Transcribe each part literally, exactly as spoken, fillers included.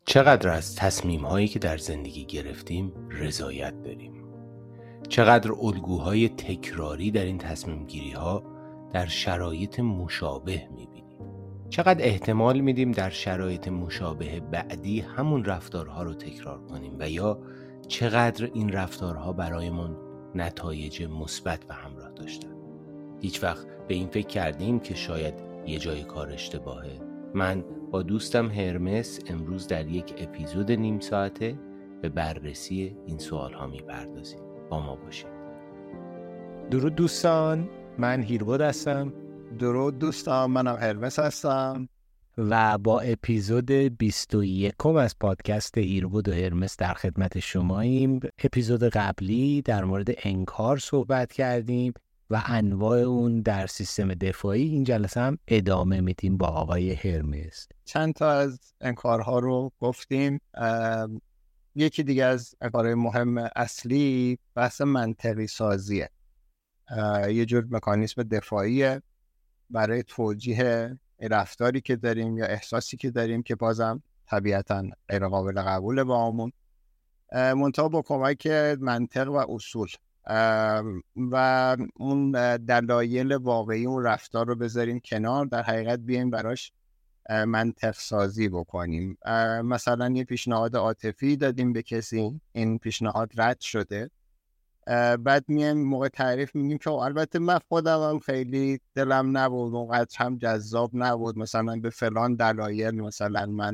چقدر از تصمیم‌هایی که در زندگی گرفتیم رضایت داریم؟ چقدر الگوهای تکراری در این تصمیم گیری‌ها در شرایط مشابه می‌بینیم؟ چقدر احتمال میدیم در شرایط مشابه بعدی همون رفتارها رو تکرار کنیم و یا چقدر این رفتارها برایمون نتایج مثبت به همراه داشتن؟ هیچ وقت به این فکر کردیم که شاید یه جای کار اشتباهه؟ من با دوستم هرمس امروز در یک اپیزود نیم ساعته به بررسی این سوال ها می پردازیم. با ما باشید. درود دوستان، من هیربود هستم. درود دوستان، منم هرمس هستم و با اپیزود بیست و یکم از پادکست هیربود و هرمس در خدمت شماییم. اپیزود قبلی در مورد انکار صحبت کردیم و انواع اون در سیستم دفاعی. این جلسه هم ادامه میدیم با آقای هرمس. چند تا از انکارها رو گفتیم. یکی دیگه از انکارهای مهم اصلی بحث منطقی سازیه. یه جور مکانیسم دفاعیه برای توجیه رفتاری که داریم یا احساسی که داریم که بازم طبیعتاً غیر قابل قبوله با همون، منتها با کمک منطق و اصول و اون دلایل واقعی اون رفتار رو بذاریم کنار، در حقیقت بیایم براش منطق سازی بکنیم. مثلا یه پیشنهاد عاطفی دادیم به کسی، این پیشنهاد رد شده، بعد میایم موقع تعریف میگیم که البته من خودم هم خیلی دلم نبود، اونقدر هم جذاب نبود، مثلا به فلان دلایل مثلا من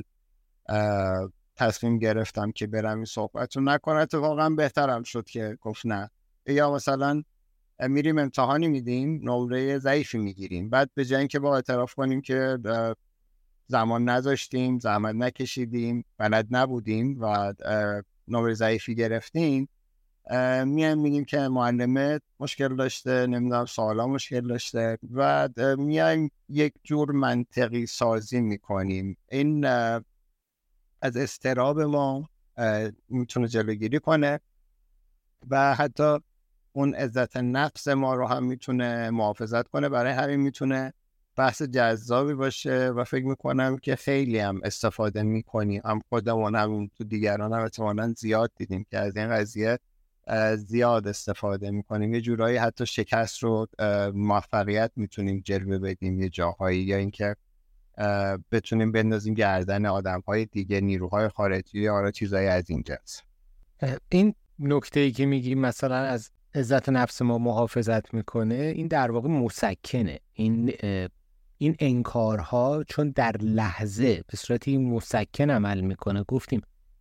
تصمیم گرفتم که برم این صحبت رو نکنم، اتفاقا بهترم شد که گفت نه. یا مثلا میریم امتحانی میدیم، نمره ضعیفی میگیریم، بعد به جای اینکه با اعتراف کنیم که زمان نذاشتیم، زحمت نکشیدیم، بلد نبودیم و نمره ضعیفی گرفتیم، میایم میگیم که معلمه مشکل داشته، نمیدونم سوالا مشکل داشته و میایم یک جور منطقی سازی میکنیم. این از اضطراب ما میتونه جلوگیری کنه و حتی اون عزت نفس ما رو هم میتونه محافظت کنه. برای همین میتونه بحث جذابی باشه و فکر میکنم که خیلی هم استفاده میکنیم، هم خودمون هم تو دیگران هم احتمالاً زیاد دیدیم که از این قضیه زیاد استفاده میکنیم. یه جورایی حتی شکست رو موفقیت میتونیم جلوه بدیم یه جاهایی، یا اینکه بتونیم بندازیم گردن آدم‌های دیگه، نیروهای خارجی یا چیزایی از این جنس. این نکته‌ای که میگیم مثلا از عزت نفس ما محافظت میکنه، این در واقع مسکنه. این این انکارها چون در لحظه به صورتی مسکن عمل میکنه، گفتیم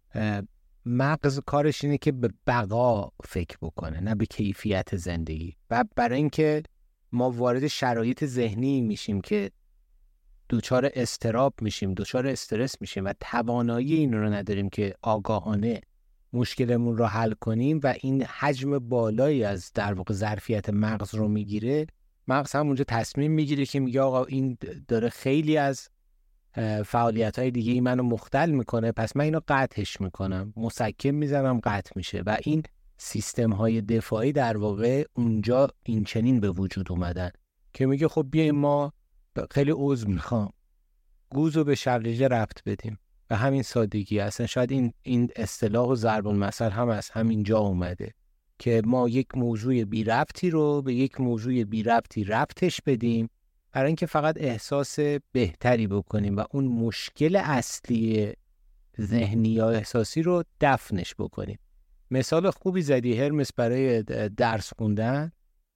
مغز کارش اینه که به بقا فکر بکنه نه به کیفیت زندگی، و برای اینکه ما وارد شرایط ذهنی میشیم که دوچار اضطراب میشیم، دوچار استرس میشیم و توانایی این رو نداریم که آگاهانه مشکلمون رو حل کنیم و این حجم بالایی از در واقع ظرفیت مغز رو میگیره، مغز هم اونجا تصمیم میگیره که میگه آقا این داره خیلی از فعالیت‌های دیگه ای منو مختل میکنه، پس من اینو قطعش میکنم، مسکن میزنم، قطع میشه. و این سیستم‌های دفاعی در واقع اونجا این چنین به وجود اومدن که میگه خب بیایم ما خیلی عضو میخوام گوزو به شقیقه ربط بدیم. و همین سادگی اصلا شاید این این اصطلاح و ضرب المثل هم از همین جا اومده که ما یک موضوع بی ربطی رو به یک موضوع بی ربطی ربطش بدیم برای اینکه فقط احساس بهتری بکنیم و اون مشکل اصلی ذهنی یا احساسی رو دفنش بکنیم. مثال خوبی زدی هرمس برای درس خوندن،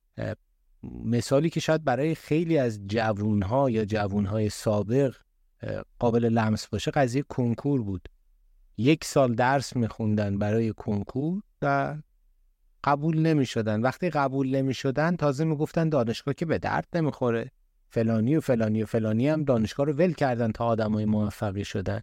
مثالی که شاید برای خیلی از جوانها یا جوانهای سابق قابل لمس باشه، قضیه کنکور بود. یک سال درس میخوندن برای کنکور و قبول نمیشدن. وقتی قبول نمیشدن تازه میگفتن دانشگاه که به درد نمیخوره، فلانی و فلانی و فلانی هم دانشگاه رو ول کردن تا آدمای موفقی شدن.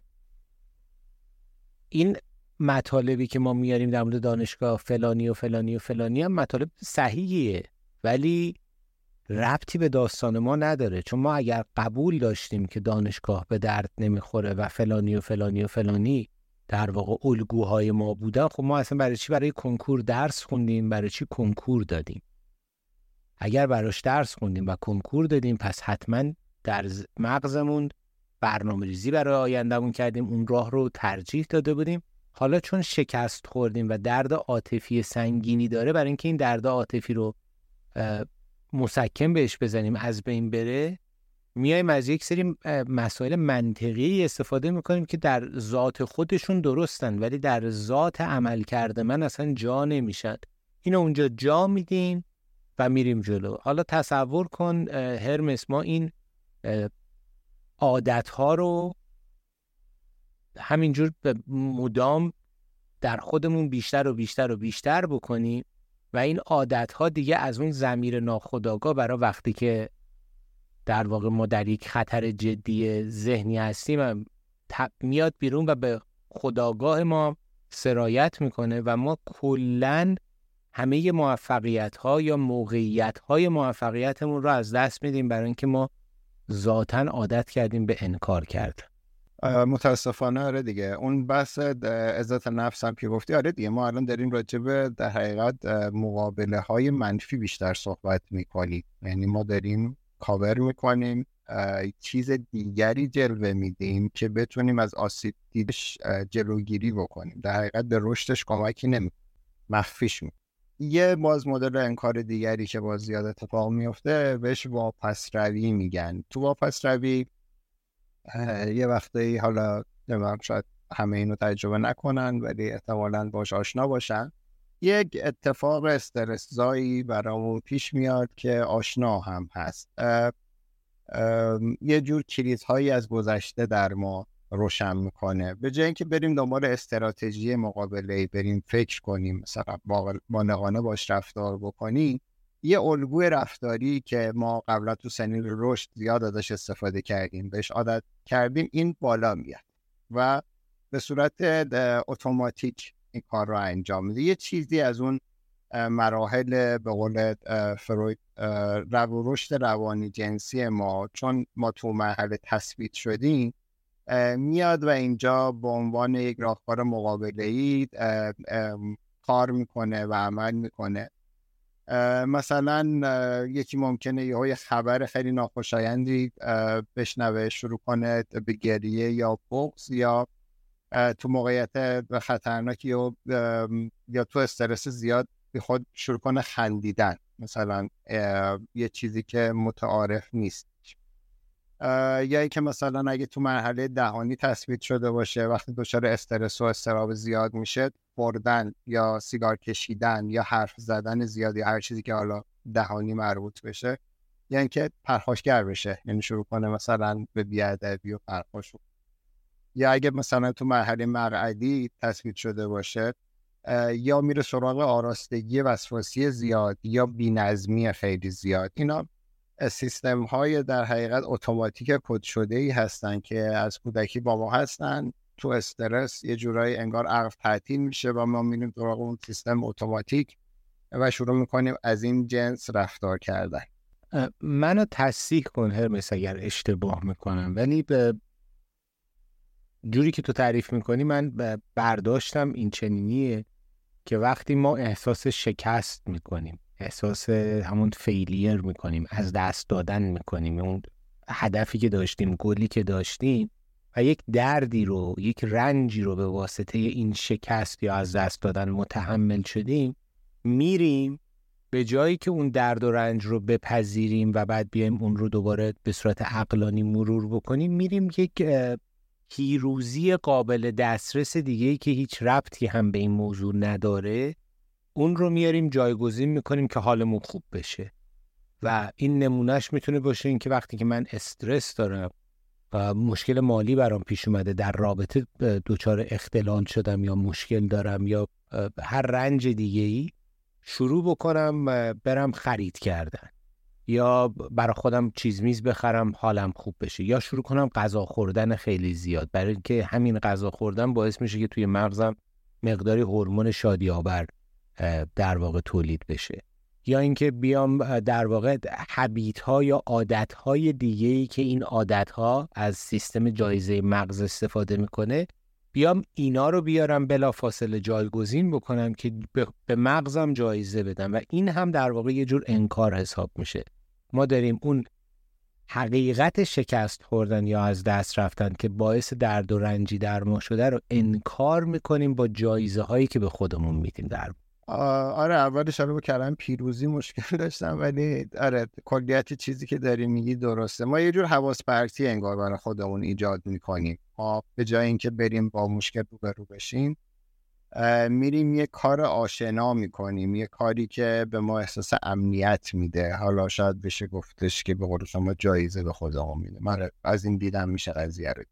این مطالبی که ما میاریم در مورد دانشگاه، فلانی و فلانی و فلانی هم مطالب صحیحیه، ولی ربطی به داستان ما نداره. چون ما اگر قبول داشتیم که دانشگاه به درد نمیخوره و فلانی و فلانی و فلانی در واقع الگوهای ما بودن، خب ما اصلا برای چی برای کنکور درس خوندیم؟ برای چی کنکور دادیم؟ اگر براش درس خوندیم و کنکور دادیم، پس حتما در مغزمون برنامه ریزی برای آیندهمون کردیم، اون راه رو ترجیح داده بودیم. حالا چون شکست خوردیم و درد عاطفی سنگینی داره، برای اینکه این درد عاطفی رو مسکن بهش بزنیم از بین بره، میایم از یک سری مسائل منطقی استفاده میکنیم که در ذات خودشون درستن ولی در ذات عمل کرده من اصلا جا نمیشن. اینو اونجا جا میدیم و میریم جلو. حالا تصور کن هرمس، ما این عادتها رو همینجور به مدام در خودمون بیشتر و بیشتر و بیشتر بکنیم و این عادتها دیگه از اون ضمیر ناخودآگاه برای وقتی که در واقع ما در یک خطر جدی ذهنی هستیم میاد بیرون و به خودآگاه ما سرایت میکنه و ما کلاً همه موفقیت‌ها یا موقعیت‌های موفقیتمون رو از دست میدیم برای اینکه ما ذاتاً عادت کردیم به انکار کردن. متاسفانه آره دیگه. اون بحث عزت نفس هم که گفتی، آره دیگه، ما الان داریم راجع به در حقیقت مقابله های منفی بیشتر صحبت میکنیم. یعنی ما داریم کاور میکنیم، چیز دیگری جلوه میدیم که بتونیم از آسیب دیدش جلوگیری بکنیم. در حقیقت به رشدش کمکی نمیکنیم، مخفیش میکنیم. یه باز مدل انکار دیگری که باز زیاد اتفاق میفته بهش واپس روی میگن. تو واپس روی یه وقتایی، حالا نمیدونم شاید همه اینو تجربه نکنن ولی احتمالاً باش آشنا باشن، یک اتفاق استرس‌زایی برامون پیش میاد که آشنا هم هست. اه اه یه جور کلیدهایی از گذشته در ما روشن میکنه. به جای اینکه بریم دنبال استراتژی مقابله، بریم فکر کنیم مثلا بالغانه باش رفتار بکنیم، یه الگوی رفتاری که ما قبلا تو سنین رشد زیاد ازش استفاده کردیم، بهش عادت کردیم، این بالا میاد و به صورت اتوماتیک این کار رو انجام میده. یه چیزی از اون مراحل به قول فروید رو رشد روانی جنسی ما، چون ما تو مرحله تثبیت شدیم، میاد و اینجا به عنوان یک راهکار مقابله‌ای کار میکنه و عمل میکنه. مثلا یکی ممکنه یه خبر خیلی ناخوشایندی بشنوه، شروع کنه به گریه یا بغض یا تو موقعیت خطرناکی یا یا تو استرس زیاد به خود شروع کنه خندیدن، مثلا یه چیزی که متعارف نیست. یا ای که مثلا اگه تو مرحله دهانی تثبیت شده باشه، وقتی دچار استرس و اضطراب زیاد میشه، خوردن یا سیگار کشیدن یا حرف زدن زیاد یا هر چیزی که حالا دهانی مربوط بشه، یعنی که پرخاشگر بشه، یعنی شروع کنه مثلا به بی‌ادبی و پرخاش. یا اگه مثلا تو مرحله مقعدی تثبیت شده باشه، یا میره سراغ آراستگی وسواسی زیاد یا بی‌نظمی خیلی زیاد. اینا سیستم های در حقیقت اتوماتیک کد شده ای هستن که از کودکی با ما هستن. تو استرس یه جورایی انگار عقل تعطیل میشه و ما میریم سراغ اون سیستم اتوماتیک و شروع میکنیم از این جنس رفتار کردن. منو تصحیح کن هرمس اگر اشتباه میکنم، ولی به جوری که تو تعریف میکنی من برداشتم این چنینیه که وقتی ما احساس شکست میکنیم، احساس همون فیلیر میکنیم، از دست دادن میکنیم، اون هدفی که داشتیم، گلی که داشتیم، و یک دردی رو، یک رنجی رو به واسطه این شکست یا از دست دادن متحمل شدیم، میریم به جایی که اون درد و رنج رو بپذیریم و بعد بیایم اون رو دوباره به صورت عقلانی مرور بکنیم، میریم یک پیروزی قابل دسترس دیگه‌ای که هیچ ربطی هم به این موضوع نداره، اون رو میاریم جایگزین میکنیم که حالمون خوب بشه. و این نمونهش میتونه باشه این که وقتی که من استرس دارم و مشکل مالی برام پیش اومده، در رابطه دچار اختلال شدم یا مشکل دارم یا هر رنج دیگه‌ای، شروع بکنم برم خرید کردن یا برای خودم چیز میز بخرم حالم خوب بشه، یا شروع کنم غذا خوردن خیلی زیاد، برای اینکه همین غذا خوردن باعث میشه که توی مغزم مقداری هورمون شادی‌آور در واقع تولید بشه، یا اینکه بیام در واقع هابیت ها یا عادت های دیگه‌ای که این عادت ها از سیستم جایزه مغز استفاده میکنه، بیام اینا رو بیارم بلافاصله جایگزین بکنم که به مغزم جایزه بدم، و این هم در واقع یه جور انکار حساب میشه. ما داریم اون حقیقت شکست خوردن یا از دست رفتن که باعث درد و رنجی در ما شده رو انکار میکنیم با جایزه هایی که به خودمون میدیم. در آره اولش رو با کلمه پیروزی مشکل داشتم، ولی آره کلیت چیزی که داری میگی درسته. ما یه جور حواس پرتی انگار برای خودمون ایجاد میکنیم. ما به جای اینکه بریم با مشکل روبرو بشیم، میریم یه کار آشنا میکنیم، یه کاری که به ما احساس امنیت میده. حالا شاید بشه گفتش که به قول شما جایزه به خودمون میده. من از این دیدم میشه قضیه رو.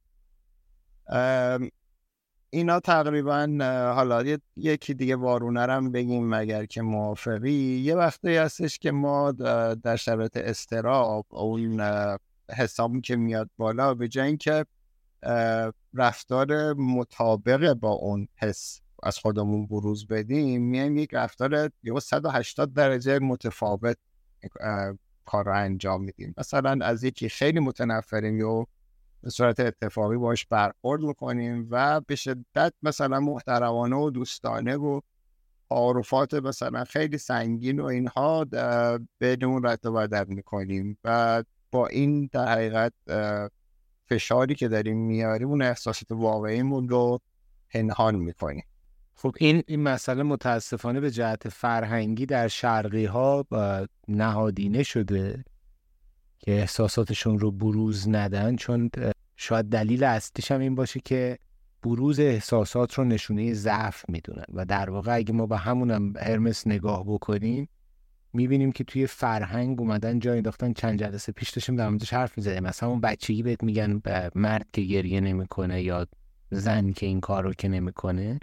اینا تقریبا حالا یکی دیگه وارونه رم بگیم مگر که موافقی. یه وقتی هستش که ما در شرایط اضطراب اون حسابی که میاد بالا، به جای اینکه رفتار مطابق با اون حس از خودمون بروز بدیم، میایم یک رفتار یه صد و هشتاد درجه متفاوت کار رو انجام میدیم. مثلا از یکی خیلی متنفریم یا به صورت اتفاقی باش برخورد میکنیم و به شدت مثلا محترمانه و دوستانه و تعارفات مثلا خیلی سنگین و اینها بدون رد و بدل میکنیم و با این در حقیقت فشاری که داریم میاریم اون احساسات واقعیمون رو پنهان میکنیم. خب این این مسئله متاسفانه به جهت فرهنگی در شرقی ها نهادینه شده که احساساتشون رو بروز ندن، چون شاید دلیل اصلیش هم این باشه که بروز احساسات رو نشونه ضعف میدونن و در واقع اگه ما به همونم هرمس نگاه بکنیم میبینیم که توی فرهنگ اومدن جای انداختن. چند جلسه پیش داشتیم در موردش حرف میزدیم، مثلا اون بچگی بهت میگن مرد که گریه نمیکنه یا زن که این کار رو که نمیکنه.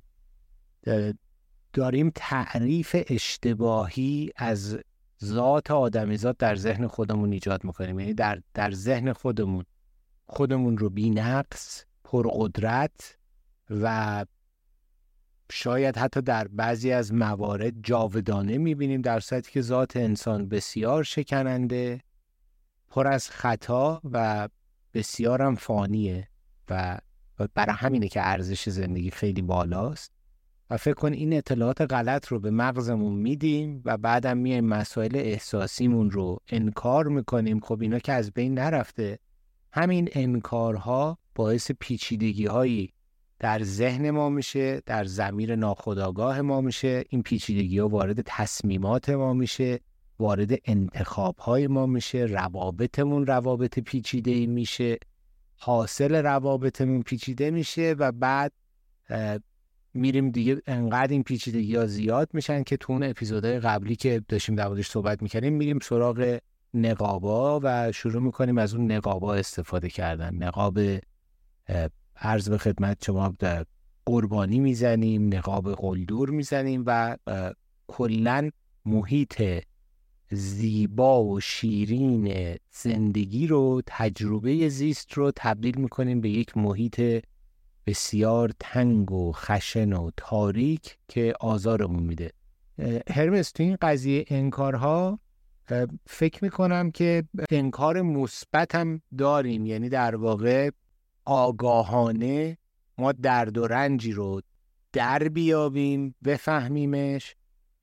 داریم تعریف اشتباهی از ذات آدمیزاد در ذهن خودمون ایجاد میکنیم، یعنی در در ذهن خودمون خودمون رو بی نقص، پرقدرت و شاید حتی در بعضی از موارد جاودانه میبینیم، در صورتی که ذات انسان بسیار شکننده، پر از خطا و بسیار هم فانیه و برای همینه که ارزش زندگی خیلی بالاست. و فکر کن این اطلاعات غلط رو به مغزمون میدیم و بعدم میایم مسائل احساسیمون رو انکار میکنیم. خب اینا که از بین نرفته، همین انکارها باعث پیچیدگی هایی در ذهن ما میشه، در ضمیر ناخودآگاه ما میشه. این پیچیدگی ها وارد تصمیمات ما میشه، وارد انتخاب های ما میشه، روابطمون روابط پیچیده میشه، حاصل روابطمون پیچیده میشه و بعد میریم دیگه انقدر این پیچیدگی ها زیاد میشن که تو اون اپیزودهای قبلی که داشتیم در موردش صحبت میکردیم میریم سراغ نقابا و شروع میکنیم از اون نقابا استفاده کردن. نقاب عرض به خدمت شما در قربانی میزنیم، نقاب قلدور میزنیم و کلن محیط زیبا و شیرین زندگی رو، تجربه زیست رو تبدیل میکنیم به یک محیط بسیار تنگ و خشن و تاریک که آزارمون میده. هرمس تو این قضیه انکارها فکر میکنم که انکار مثبت هم داریم، یعنی در واقع آگاهانه ما درد و رنجی رو در بیابیم، بفهمیمش،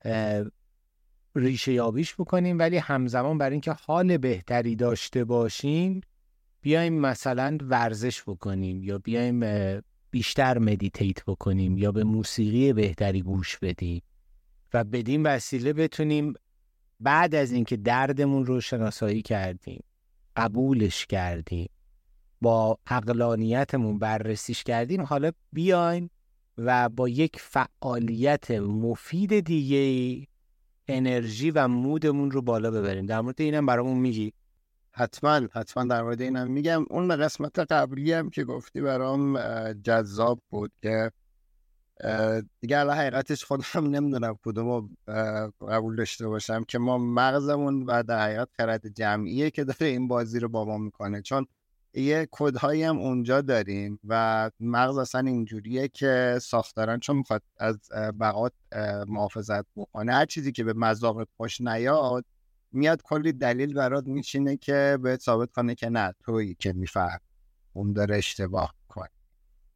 ریشه یابیش بکنیم، ولی همزمان برای اینکه حال بهتری داشته باشیم بیایم مثلا ورزش بکنیم یا بیایم بیشتر مدیتیت بکنیم یا به موسیقی بهتری گوش بدیم و بدین وسیله بتونیم بعد از اینکه دردمون رو شناسایی کردیم، قبولش کردیم، با عقلانیتمون بررسیش کردیم، حالا بیایم و با یک فعالیت مفید دیگه انرژی و مودمون رو بالا ببریم. در مورد اینم برامون میگی؟ حتما حتما در مورد اینم میگم. اون قسمت قبلی هم که گفتی برام جذاب بود که دیگه الان حقیقتش خودم نمیدونم کدومو قبول داشته باشم که ما مغزمون و در حقیقت خرد جمعیه که داره این بازی رو با ما میکنه، چون یه کدهایی هم اونجا داریم و مغز اصلا اینجوریه که ساختارن چون میخواد از بقات محافظت بکنه، هر چیزی که به مذاقت خوش نیاد میاد کلی دلیل برات میچینه که بهت ثابت کنه که نه تویی که میفهم اون داره اشتباه کنه.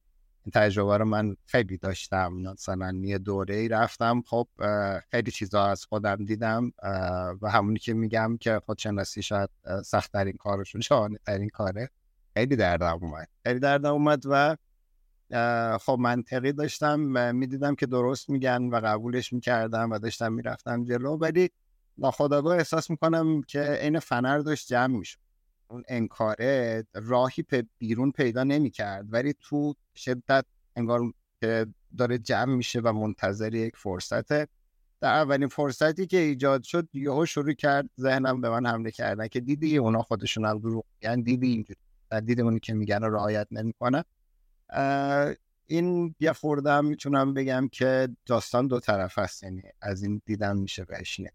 این تجربه رو من خیلی داشتم. مثلا یه دوره‌ای رفتم، خب خیلی چیزا از خودم دیدم و همونی که میگم که خودشناسی شاید سخت‌ترین کارشون شاهانه‌ترین کاره. خیلی دردم اومد خیلی دردم اومد و خب منطقی داشتم میدیدم که درست میگن و قبولش میکردم و داشتم میرفتم جلو، ولی ناخودآگاه احساس میکنم که عین فنر داشت جمع میشد. اون انکاره راهی پی بیرون پیدا نمیکرد، ولی تو شدت انگار که داره جمع میشه و منتظر یک فرصته. در اولین فرصتی که ایجاد شد یهو شروع کرد ذهنم به من حمله کردن که دیدی اونا خودشون هم دروغ میگن، دیدی اینجوری، دیدی اونی که میگن رو رعایت نمیکنه. این یه خوردم میتونم بگم که داستان دو طرف هست، یعنی از این دیدن میشه بهشینه.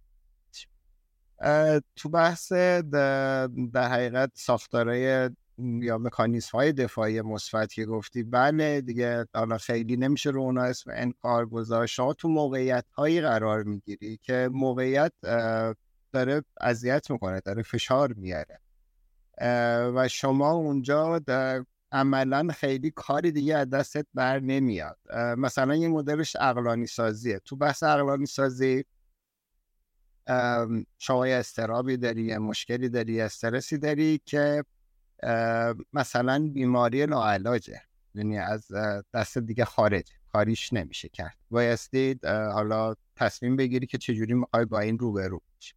تو بحث در حقیقت ساختارهای یا مکانیزم های دفاعی مثبت که گفتی، بله دیگه حالا خیلی نمیشه رو اونا اسم انکار گذاشت. شما تو موقعیت هایی قرار میگیری که موقعیت داره اذیت میکنه، داره فشار میاره و شما اونجا در عملا خیلی کاری دیگه از دستت بر نمیاد. مثلا یه مدلش عقلانی سازیه. تو بحث عقلانی سازی شما یه اضطرابی داری، یه مشکلی داری، یه استرسی داری که مثلا بیماری لاعلاجه، یعنی از دست دیگه خارج، کاریش نمیشه کرد. بایستی حالا تصمیم بگیری که چجوری میخوای با این روبرو بشی.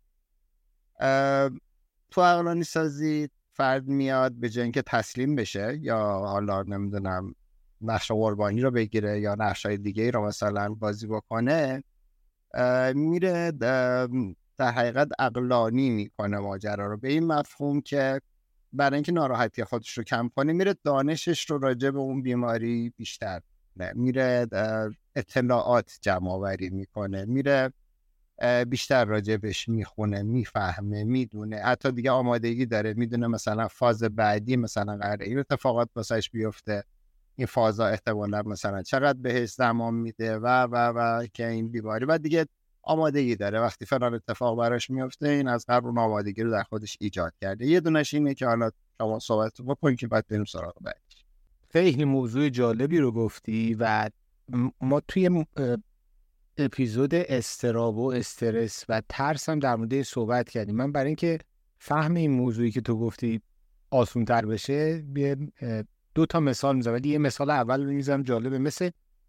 تو عقلانی سازی فرد میاد به جای اینکه تسلیم بشه یا حالا نمیدونم نقش قربانی رو بگیره یا نقشای دیگه رو مثلا بازی بکنه، میره در حقیقت عقلانی میکنه ماجرا رو، به این مفهوم که برای اینکه ناراحتی خودش رو کم کنه میره دانشش رو راجع به اون بیماری بیشتر کنه، میره اطلاعات جمع آوری میکنه، میره بیشتر راجبش میخونه، میفهمه، میدونه، حتی دیگه آمادگی داره، میدونه مثلا فاز بعدی مثلا قراره این اتفاقات واسش بیفته، این فازا احتمالاً مثلا چقدر بهش زمان میده و و و که این بیماری بعد دیگه آمادگی داره وقتی فلان اتفاق براش میفته این از قبل اون آمادگی رو در خودش ایجاد کرده. یه دونش اینه که حالا شما صحبت بکنید که بعد بریم سراغ بعدش. خیلی موضوع جالبی رو گفتی و ما توی اپیزود اضطراب و استرس و ترس هم در مورد صحبت کردیم. من برای اینکه فهم این موضوعی که تو گفتی آسان‌تر بشه دو تا مثال میزنم، ولی یه مثال اول رو میزنم جالبه. مثل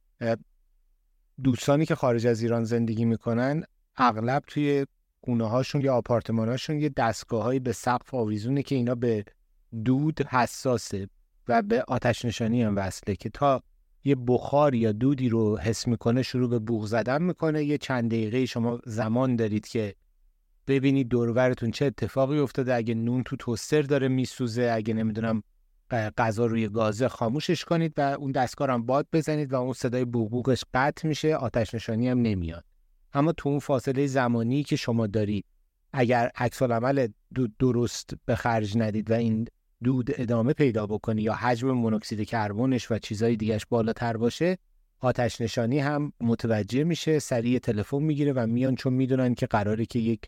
دوستانی که خارج از ایران زندگی میکنن، اغلب توی خونه هاشون یا آپارتمان هاشون یه دستگاهایی به سقف آویزونه که اینا به دود حساسه و به آتش نشانی هم وصله که تا یه بخار یا دودی رو حس میکنه شروع به بوق زدن میکنه. یه چند دقیقه شما زمان دارید که ببینید دور و برتون چه اتفاقی افتاده، اگه نون تو توستر داره میسوزه، اگه نمیدونم غذا روی گازه خاموشش کنید و اون دستگاه رو هم باد بزنید و اون صدای بوق بوقش قطع میشه، آتش نشانی هم نمیاد. اما تو اون فاصله زمانی که شما دارید اگر عکس العمل درست به خرج ندید و این دود ادامه پیدا بکنه یا حجم مونوکسید کربنش و چیزای دیگهش بالاتر باشه، آتش نشانی هم متوجه میشه، سریع تلفن میگیره و میان، چون میدونن که قراره که یک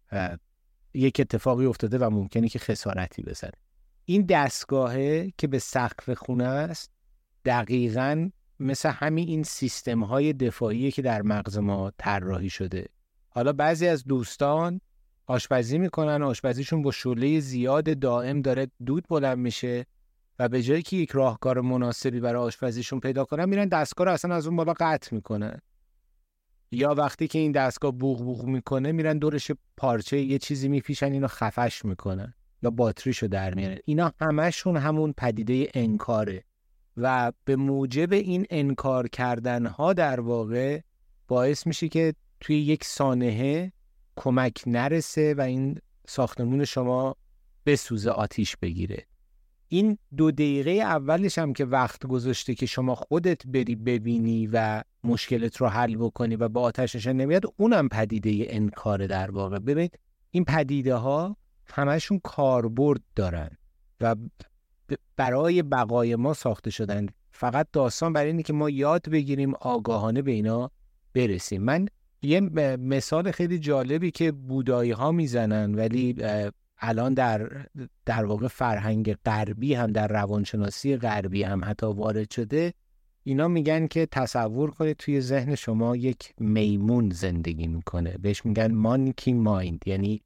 یک اتفاقی افتاده و ممکنه که خسارتی بزنه. این دستگاهه که به سقف خونه است دقیقاً مثل همین این سیستم های دفاعی که در مغز ما طراحی شده. حالا بعضی از دوستان آشپزی میکنن، آشپزیشون با شعله زیاد دائم داره دود بلند میشه و به جایی که یک راهکار مناسبی برای آشپزیشون پیدا کنن میرن دستگاه رو اصلا از اون بالا قطع میکنن. یا وقتی که این دستگاه بوق بوق میکنه میرن دورش پارچه یه چیزی میپیشن اینو خفش میکنن یا باتریشو در میارن. اینا همشون همون پدیده انکاره و به موجب این انکار کردن ها در واقع باعث میشه که توی یک سانحه کمک نرسه و این ساختمون شما بسوزه، آتیش بگیره. این دو دقیقه اولش هم که وقت گذاشته که شما خودت بری ببینی و مشکلت رو حل بکنی و با آتش نشان نمیاد، اونم پدیده انکاره در واقع. ببینید این پدیده ها همشون کاربرد دارن و برای بقای ما ساخته شدن. فقط داستان برای اینه که ما یاد بگیریم آگاهانه به اینا برسیم. من یه مثال خیلی جالبی که بودایی ها میزنن ولی الان در در واقع فرهنگ غربی هم، در روانشناسی غربی هم حتی وارد شده، اینا میگن که تصور کنید توی ذهن شما یک میمون زندگی میکنه، بهش میگن مانکی مایند، یعنی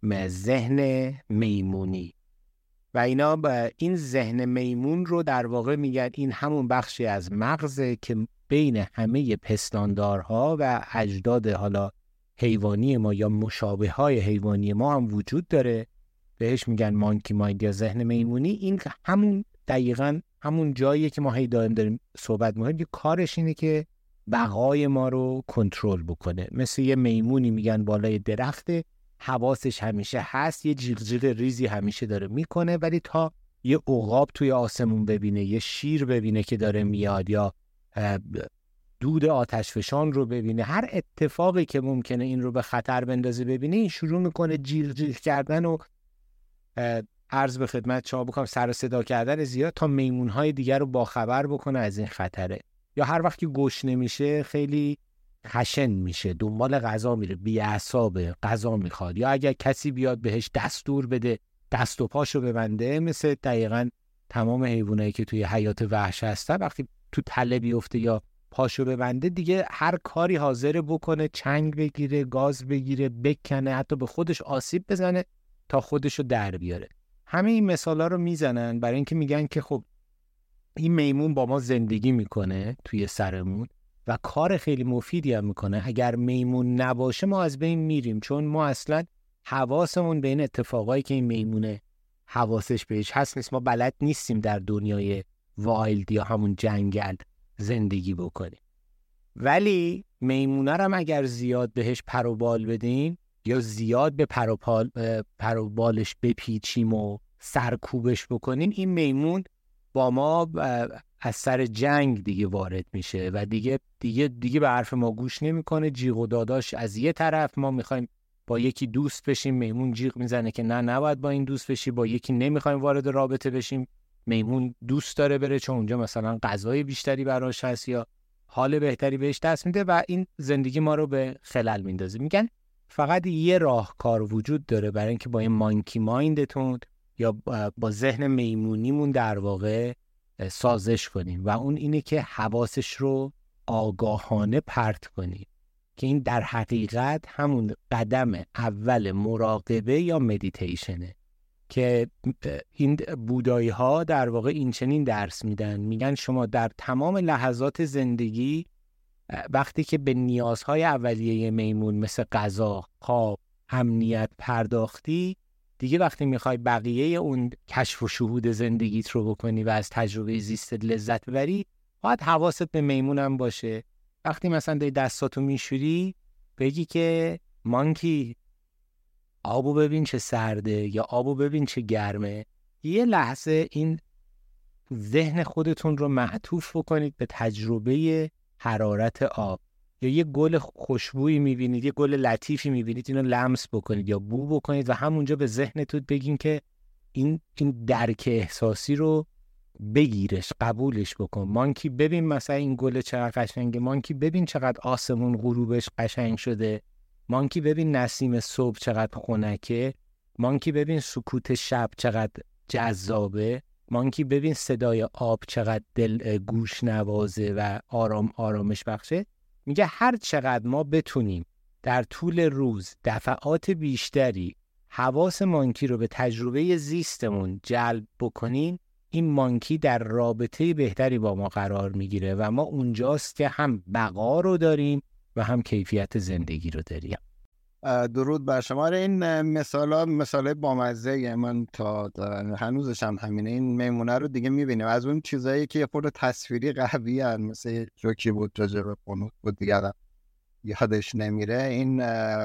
ذهن میمونی. و اینا با این ذهن میمون رو در واقع میگن این همون بخشی از مغزه که بین همه پستاندارها و اجداد حالا حیوانی ما یا مشابه های حیوانی ما هم وجود داره، بهش میگن مانکی مایند یا ذهن میمونی. این همون دقیقاً همون جاییه که ما هی داریم داریم صحبت می‌کنیم، که کارش اینه که بقای ما رو کنترل بکنه. مثل یه میمونی میگن بالای درخته، حواسش همیشه هست، یه جیغ جیغ ریزی همیشه داره میکنه، ولی تا یه عقاب توی آسمون ببینه، یه شیر ببینه که داره میاد، یا دود آتشفشان رو ببینه، هر اتفاقی که ممکنه این رو به خطر بندازه ببینه، این شروع میکنه جیغ جیغ کردن و عرض به خدمت شما بکنم سر و صدا کردن زیاد تا میمونهای دیگر رو باخبر بکنه از این خطره. یا هر وقت که گشنه میشه خیلی خشن میشه، دنبال غذا میره، بی‌عصابه، غذا میخواد، یا اگر کسی بیاد بهش دستور بده دست و پاشو ببنده، مثل دقیقاً تمام حیوانایی که توی حیات وحش هستن، وقتی تو تله بیفته یا پاشو ببنده دیگه هر کاری حاضره بکنه، چنگ بگیره، گاز بگیره، بکنه، حتی به خودش آسیب بزنه تا خودشو در بیاره. همه این مثالا رو میزنن برای اینکه میگن که خب این میمون با ما زندگی میکنه توی سرمون و کار خیلی مفیدی هم میکنه. اگر میمون نباشه ما از بین میریم، چون ما اصلا حواسمون به این اتفاقایی که این میمونه حواسش بهش هست نیست. ما بلد نیستیم در دنیای وایلد یا همون جنگل زندگی بکنیم. ولی میمونه رو اگر زیاد بهش پر و بال بدیم یا زیاد به پر و پال پر و بالش بپیچیم و سرکوبش بکنیم، این میمون با ما از سر جنگ دیگه وارد میشه و دیگه دیگه دیگه به حرف ما گوش نمیکنه. جیغ و داداش از یه طرف، ما میخوایم با یکی دوست بشیم، میمون جیغ میزنه که نه نباید با این دوست بشی. با یکی نمیخوایم وارد رابطه بشیم، میمون دوست داره بره چون اونجا مثلا غذای بیشتری براش هست یا حال بهتری بهش دست میده و این زندگی ما رو به خلل میندازه. میگن فقط یه راهکار وجود داره برای اینکه با این مانکی مایندتون یا با ذهن میمونیمون در واقع سازش کنیم و اون اینه که حواسش رو آگاهانه پرت کنیم، که این در حقیقت همون قدم اول مراقبه یا مدیتیشنه که این بودایی ها در واقع این چنین درس میدن. میگن شما در تمام لحظات زندگی وقتی که به نیازهای اولیه میمون مثل غذا، خواب، امنیت پرداختی، دیگه وقتی میخوای بقیه اون کشف و شهود زندگیت رو بکنی و از تجربه زیستت لذت ببری، باید حواست به میمونم باشه. وقتی مثلا داری دستاتو میشوری بگی که مانکی آبو ببین چه سرده یا آبو ببین چه گرمه. یه لحظه این ذهن خودتون رو معطوف بکنید به تجربه حرارت آب. یا یه گل خوشبویی میبینید، یه گل لطیفی میبینید، اینو لمس بکنید یا بو بکنید و همونجا به ذهنتون بگین که این این درک احساسی رو بگیرش، قبولش بکن. مانکی ببین مثلا این گل چقدر قشنگه، مانکی ببین چقدر آسمون غروبش قشنگ شده، مانکی ببین نسیم صبح چقدر خنکه، مانکی ببین سکوت شب چقدر جذابه، مانکی ببین صدای آب چقدر دل گوش نوازه و آرام آرامش بخشه. میگه هر چقدر ما بتونیم در طول روز دفعات بیشتری حواس مانکی رو به تجربه زیستمون جلب بکنیم، این مانکی در رابطه بهتری با ما قرار میگیره و ما اونجاست که هم بقا رو داریم و هم کیفیت زندگی رو داریم. درود بر شما. این مثالا مثالای بامزه، من تا هنوزش هم همینه. این میمونه رو دیگه میبینیم از اون چیزایی که خود تصویری قوی هن، مثل جوکی بود راجع به قنوت بود دیگه یادش نمیره، این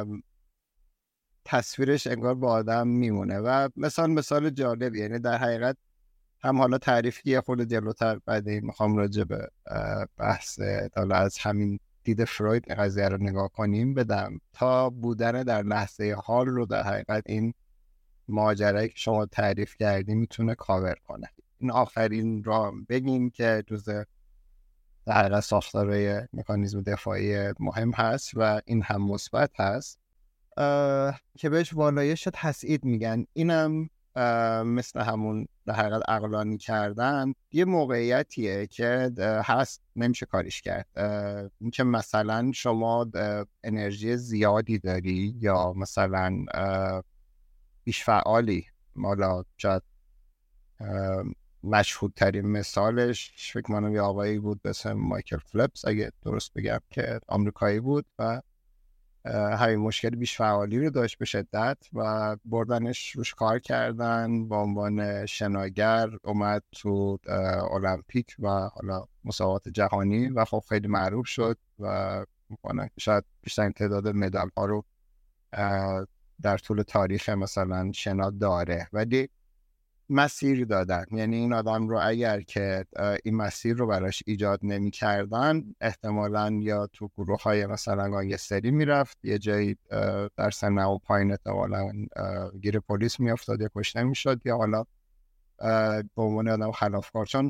تصویرش انگار با آدم میمونه و مثال مثال جالب. یعنی در حقیقت هم حالا تعریفی خود جلوتر بعدی میخوام راجع به بحث حالا از همین دید فروید قضیه رو نگاه کنیم بدم تا بودن در لحظه حال رو در حقیقت این ماجرایی که شما تعریف کردیم میتونه کاور کنه. این آخرین را بگیم که جزء در حقیقت ساختارهای مکانیزم دفاعی مهم هست و این هم مثبت هست که بهش والایش تسعید میگن. اینم مثل همون در حقیقت عقلانی کردن یه موقعیتیه که هست نمیشه کاریش کرد. این که مثلا شما انرژی زیادی داری یا مثلا بیش فعالی، مالا شاید مشهودترین مثالش فکر کنم یه آقایی بود به اسم مایکل فلیپس اگه درست بگم که آمریکایی بود و همین مشکل بیش فعالی رو داشت به شدت و بردنش روش کار کردن به عنوان شناگر، اومد تو المپیک و حالا مسابقات جهانی و خب خیلی معروف شد و میکنن شاید بیشترین تعداد مدال ها رو در طول تاریخ مثلا شنا داره، ولی مسیر دادن. یعنی این آدم رو اگر که این مسیر رو براش ایجاد نمی کردن احتمالاً یا تو گروه های مثلا گانگستری میرفت، یه جایی در سن و پایین احتمالاً گیر پلیس می افتاد یا کشته می شد، یا حالا به عنوان آدم خلافکار. چون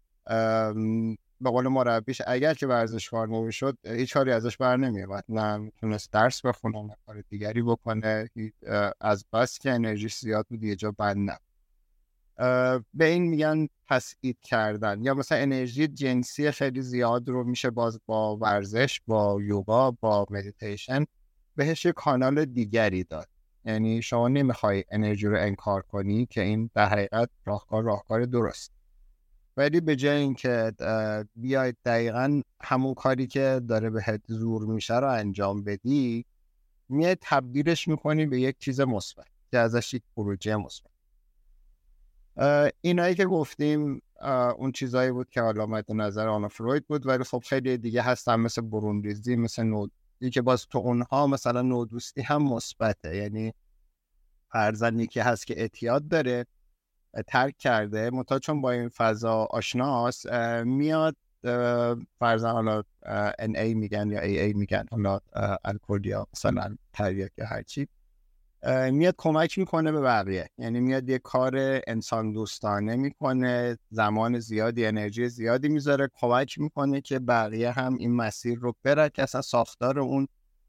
به قول مربیش اگر که ورزشکار نمی شد هیچ کاری ازش بر نمی اومد، نه میتونست درس بخونه نه کار دیگری بکنه، از بس که انرژی زیاد بود یه جا بند نه. به این میگن تسعید کردن. یا مثلا انرژی جنسی خیلی زیاد رو میشه باز با ورزش، با یوگا، با مدیتیشن بهش یه کانال دیگری داد. یعنی شما نمیخوای انرژی رو انکار کنی که این در حقیقت راهکار راهکار درست، ولی به جای اینکه بیاید دقیقاً همون کاری که داره بهت زور میشه رو انجام بدی، میای تبدیلش میکنی به یک چیز مثبت که ازش یک پروژه مثبت. اینایی که گفتیم اون چیزایی بود که حالا مد نظر آنا فروید بود، ولی خب خیلی دیگه هستن مثل برونریزی، مثل نودی که باز تو اونها مثلا نودوستی هم مثبته. یعنی فرزندی که هست که اعتیاد داره، ترک کرده، منتها چون با این فضا آشناست میاد فرزند حالا ان ای میگن یا ای ای میگن، حالا الکل یا مثلا تریاک یا هرچی، میاد کمک میکنه به بقیه. یعنی میاد یه کار انسان دوستانه میکنه، زمان زیادی، انرژی زیادی میذاره، کمک میکنه که بقیه هم این مسیر رو بره که اصلا ساختار اون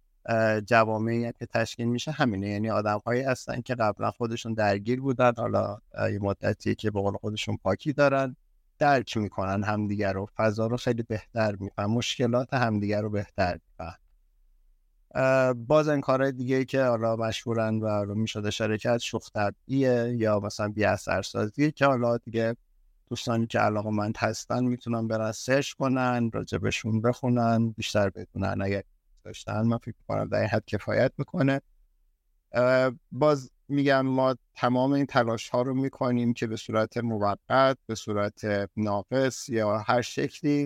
جوامعی که تشکیل میشه همینه. یعنی آدم هایی هستن که قبلا خودشون درگیر بودن، حالا یه مدتی که به قول خودشون پاکی دارن، درک میکنن همدیگر رو، فضا رو خیلی بهتر میفهمن، مشکلات همدیگر رو بهتر میفهمن. باز این کارهای دیگه که حالا مشهورن و رو میشده شرکت، شوخ طبعیه یا مثلا بی اثرسازی که حالا دیگه دوستانی که علاقه‌مند هستن میتونن برن سرچ کنن، راجبشون بخونن، بیشتر بدونن اگر داشتن. من فکر کنم در این حد کفایت میکنه. باز میگم ما تمام این تلاش ها رو میکنیم که به صورت موقت، به صورت ناقص یا هر شکلی،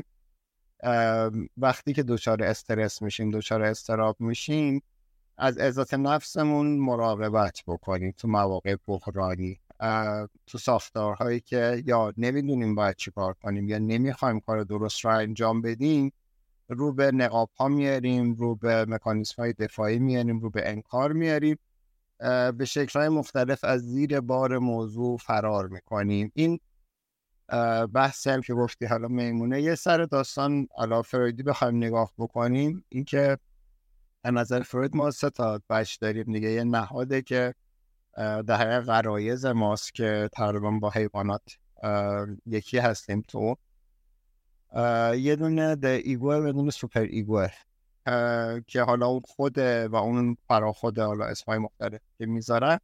وقتی که دچار استرس میشیم، دچار اضطراب میشیم، از عزت نفسمون مراقبت بکنیم تو مواقع بحرانی، تو ساختارهایی که یا نمیدونیم باید چی کار کنیم یا نمیخوایم کار درست رو انجام بدیم، رو به نقاب ها میاریم، رو به مکانیسم های دفاعی میاریم، رو به انکار میاریم، به شکل‌های مختلف از زیر بار موضوع فرار میکنیم. این بحثی هم که گفتی حالا میمونه. یه سر داستان حالا فرویدی بخوایم نگاه بکنیم، این که از نظر فروید ما سه تا بچ داریم دیگه. یه نهاده که در حقیقت غرایز ماست که تقریبا با حیوانات یکی هستیم تو، یه دونه د ایگو و دونه سوپر ایگو که حالا اون خوده و اون فراخوده، حالا اسمای مختلف که میذارن.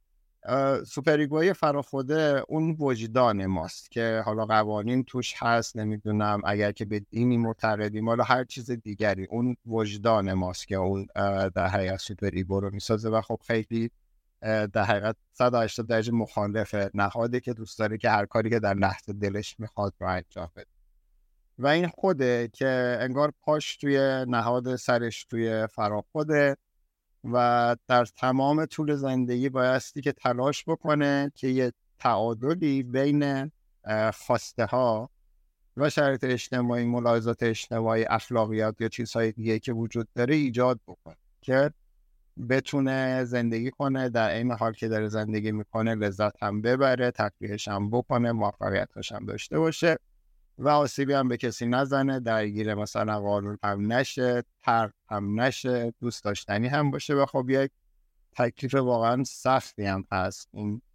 سوپر ایگوی فراخوده اون وجدان ماست که حالا قوانین توش هست، نمیدونم اگر که به دینی معتقدیم حالا هر چیز دیگری، اون وجدان ماست که اون در حقیقت سوپر ایگو رو میسازه و خب خیلی در حقیقت صد و هشتاد درجه مخالف نهاده که دوست داره که هر کاری که در لحظه دلش میخواد رو انجام بده. و این خوده که انگار پاش توی نهاد، سرش توی فراخوده و در تمام طول زندگی بایستی که تلاش بکنه که یه تعادلی بین خواسته ها و شرایط اجتماعی، ملاحظات اجتماعی، اخلاقیات یا چیزهای دیگه که وجود داره ایجاد بکنه که بتونه زندگی کنه، در این حال که داره زندگی میکنه لذت هم ببره، تفریحش هم بکنه، موفقیتش هم داشته باشه و آسیبی هم به کسی نزنه، درگیر مثلا قانون هم نشه، ترک هم نشه، دوست داشتنی هم باشه. و خب یک تکلیف واقعا سختی هم هست این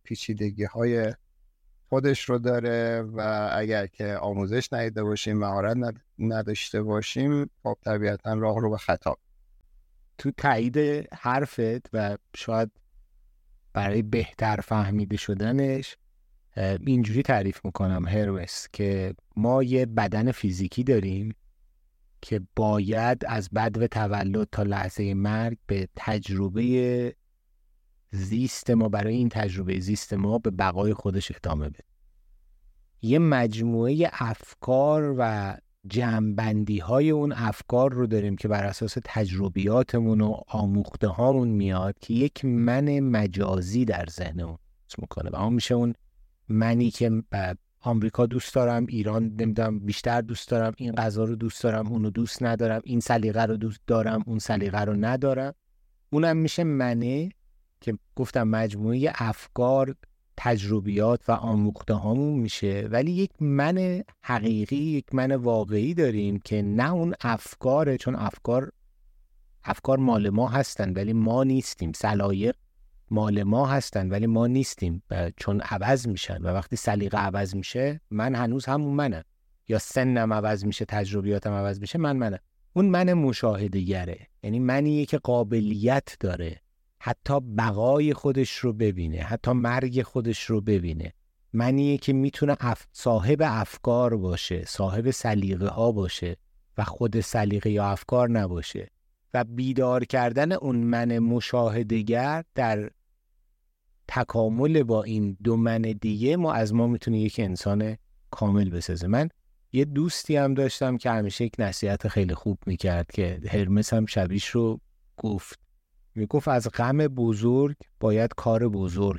پیچیدگی های خودش رو داره و اگر که آموزش ندیده باشیم، مهارت نداشته باشیم، خب طبیعتا راه رو به خطا. تو تایید حرفت و شاید برای بهتر فهمیده شدنش اینجوری تعریف میکنم هرمس که ما یه بدن فیزیکی داریم که باید از بدو تولد تا لحظه مرگ به تجربه زیست ما، برای این تجربه زیست ما به بقای خودش ادامه بده. یه مجموعه افکار و جمع‌بندی های اون افکار رو داریم که بر اساس تجربیاتمون و آموخته هامون میاد که یک من مجازی در ذهنمون میکنه و اون میشه اون منی که آمریکا دوست دارم، ایران نمیدونم بیشتر دوست دارم، این غذا رو دوست دارم، اونو دوست ندارم، این سلیقه رو دوست دارم، اون سلیقه رو ندارم. اونم میشه منه که گفتم مجموعه افکار، تجربیات و آموخته هامون میشه. ولی یک من حقیقی، یک من واقعی داریم که نه اون افکاره، چون افکار افکار مال ما هستن ولی ما نیستیم، سلایق مال ما هستن ولی ما نیستیم چون عوض میشن و وقتی سلیقه عوض میشه من هنوز همون منم، یا سنم عوض میشه، تجربیاتم عوض میشه، من منم. اون من مشاهده گره، یعنی منیه که قابلیت داره حتی بقای خودش رو ببینه، حتی مرگ خودش رو ببینه. منیه که میتونه اف... صاحب افکار باشه، صاحب سلیقه ها باشه و خود سلیقه یا افکار نباشه. و بیدار کردن اون من مشاهده‌گر در تکامل با این دو من دیگه ما از ما میتونه یک انسان کامل بسازه. من یه دوستی هم داشتم که همیشه یک نصیحت خیلی خوب میکرد که هرمس هم شبیش رو گفت. میگفت از غم بزرگ باید کار بزرگ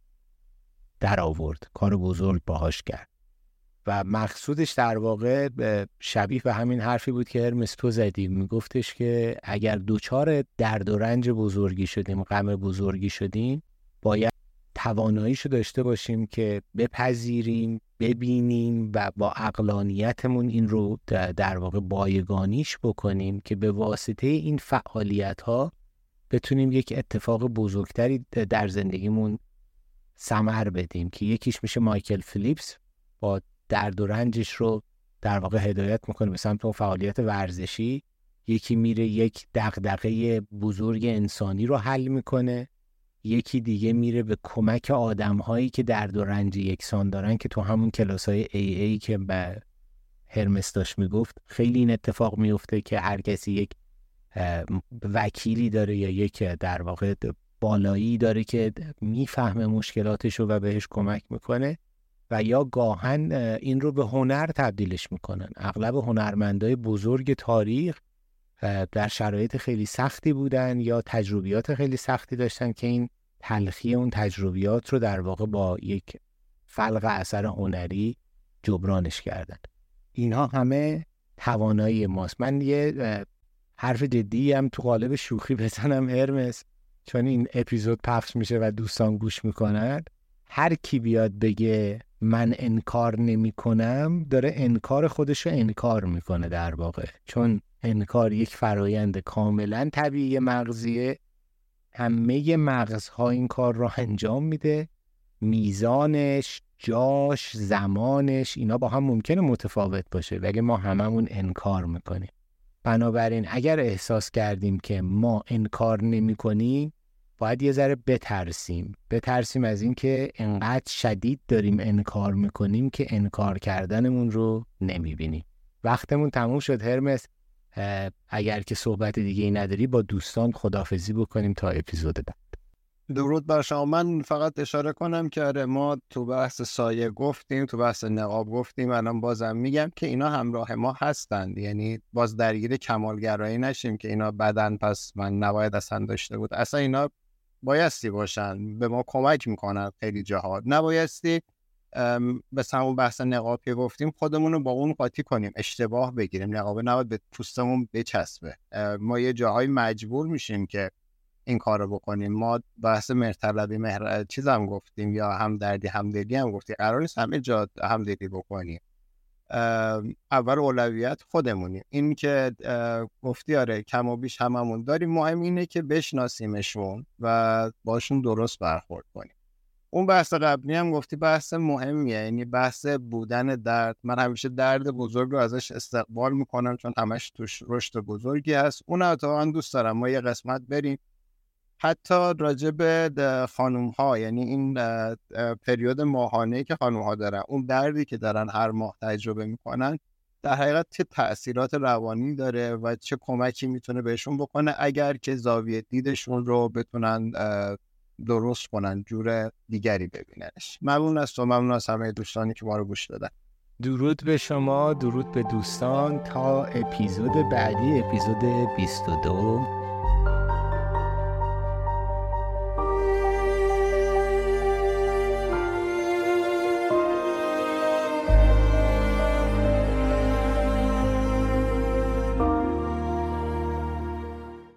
در آورد، کار بزرگ باهاش کرد. و مقصودش در واقع شبیه به همین حرفی بود که هرمس تو زدی. میگفتش که اگر دوچار درد و رنج بزرگی شدیم، غم بزرگی شدیم، باید تواناییشو داشته باشیم که بپذیریم، ببینیم و با عقلانیتمون این رو در واقع بایگانیش بکنیم که به واسطه این فعالیت‌ها بتونیم یک اتفاق بزرگتری در زندگیمون ثمر بدیم. که یکیش میشه مایکل فیلیپس با درد و رنجش رو در واقع هدایت میکنه به سمت اون فعالیت ورزشی. یکی میره یک دغدغه بزرگ انسانی رو حل میکنه، یکی دیگه میره به کمک آدم‌هایی که درد و رنج یکسان دارن، که تو همون کلاس‌های ای ای که به هرمس داشت میگفت خیلی این اتفاق میفته که هر کسی یک وکیلی داره یا یک در واقع بالایی داره که میفهمه مشکلاتشو و بهش کمک میکنه، و یا گاهن این رو به هنر تبدیلش میکنن. اغلب هنرمندای بزرگ تاریخ در شرایط خیلی سختی بودن یا تجربیات خیلی سختی داشتن که این تلخی اون تجربیات رو در واقع با یک خلق اثر هنری جبرانش کردن. اینها همه توانایی ماست. من یه حرف جدی هم تو قالب شوخی بزنم هرمس، چون این اپیزود پخش میشه و دوستان گوش میکنن. هر کی بیاد بگه من انکار نمی کنم، داره انکار خودشو انکار میکنه در واقع، چون انکار یک فرایند کاملا طبیعی مغزیه. همه مغزها این کار رو انجام میده، میزانش، جاش، زمانش اینا با هم ممکنه متفاوت باشه، ولی ما هممون انکار میکنیم. بنابراین اگر احساس کردیم که ما انکار نمی کنیم، باید یه ذره بترسیم بترسیم از این که انقدر شدید داریم انکار میکنیم که انکار کردنمون رو نمیبینیم. وقتمون تموم شد هرمس. اگر که صحبت دیگه ای نداری با دوستان خداحافظی بکنیم تا اپیزود بعد. درود بر شما. من فقط اشاره کنم که آره ما تو بحث سایه گفتیم، تو بحث نقاب گفتیم، الان بازم میگم که اینا همراه ما هستند. یعنی باز درگیر کمالگرایی نشیم که اینا بدن پس من نباید اصلا داشته بود. اصلا اینا بایستی باشن، به ما کمک میکنن خیلی جهات. نبایستی به همون بحث نقاب که گفتیم خودمون رو با اون قاطی کنیم، اشتباه بگیریم. نقاب نباید به پوستمون بچسبه. ما یه جاهای مجبور میشیم که این کار رو بکنیم. ما بحث مرتلبی مهر چیزم گفتیم یا همدردی همدلی هم گفتیم، قرار نیست همه جا همدلی بکنیم. اول اولویت خودمونیم. این که گفتی آره کم و بیش هممون داریم، مهم اینه که بشناسیمشون و باشون درست برخورد کنیم. اون بحث قبلی هم گفتی بحث مهمیه، یعنی بحث بودن درد. من همیشه درد بزرگ رو ازش استقبال میکنم چون همش توش رشد بزرگی هست. اون اتفاقا دوست دارم ما یه قسمت بریم حتی راجع به خانوم ها، یعنی این پریود ماهانه‌ای که خانوم ها دارن، اون دردی که دارن هر ماه تجربه میکنن، در حقیقت چه تأثیرات روانی داره و چه کمکی میتونه بهشون بکنه اگر که زاویه دیدشون رو بتونن درست کنن، جور دیگری ببیننش. ممنون از تو، ممنون از همه دوستانی که ما رو گوش دادن. درود به شما، درود به دوستان. تا اپیزود بعدی، اپیزود بیست و دو.